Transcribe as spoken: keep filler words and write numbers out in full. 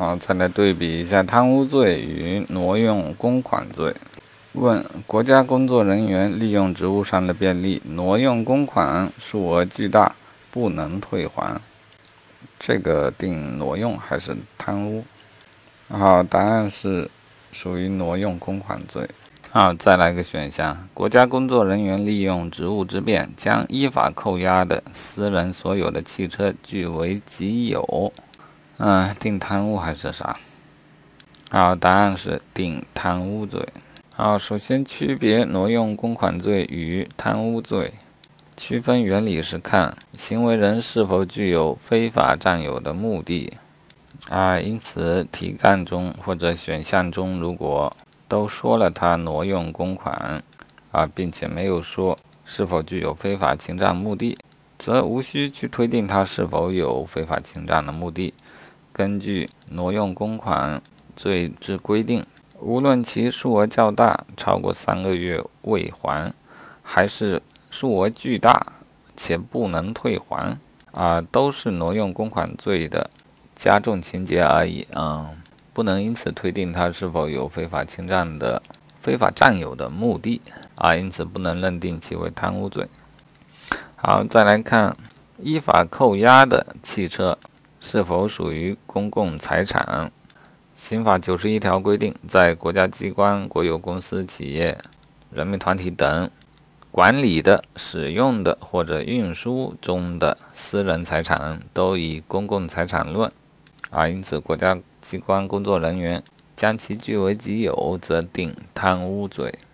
啊，再来对比一下贪污罪与挪用公款罪。问：国家工作人员利用职务上的便利，挪用公款，数额巨大，不能退还，这个定挪用还是贪污？好，答案是属于挪用公款罪。好，再来个选项：国家工作人员利用职务之便，将依法扣押的私人所有的汽车据为己有，嗯，定贪污还是啥？好，答案是定贪污罪。好，首先区别挪用公款罪与贪污罪，区分原理是看行为人是否具有非法占有的目的啊，因此题干中或者选项中如果都说了他挪用公款啊，并且没有说是否具有非法侵占目的，则无需去推定他是否有非法侵占的目的。根据挪用公款罪之规定，无论其数额较大，超过三个月未还，还是数额巨大且不能退还啊，都是挪用公款罪的加重情节而已啊。不能因此推定他是否有非法侵占的非法占有的目的啊，因此不能认定其为贪污罪。好，再来看依法扣押的汽车是否属于公共财产。刑法九十一条规定，在国家机关、国有公司、企业、人民团体等管理的、使用的或者运输中的私人财产，都以公共财产论啊，因此国家机关工作人员将其据为己有，则定贪污罪。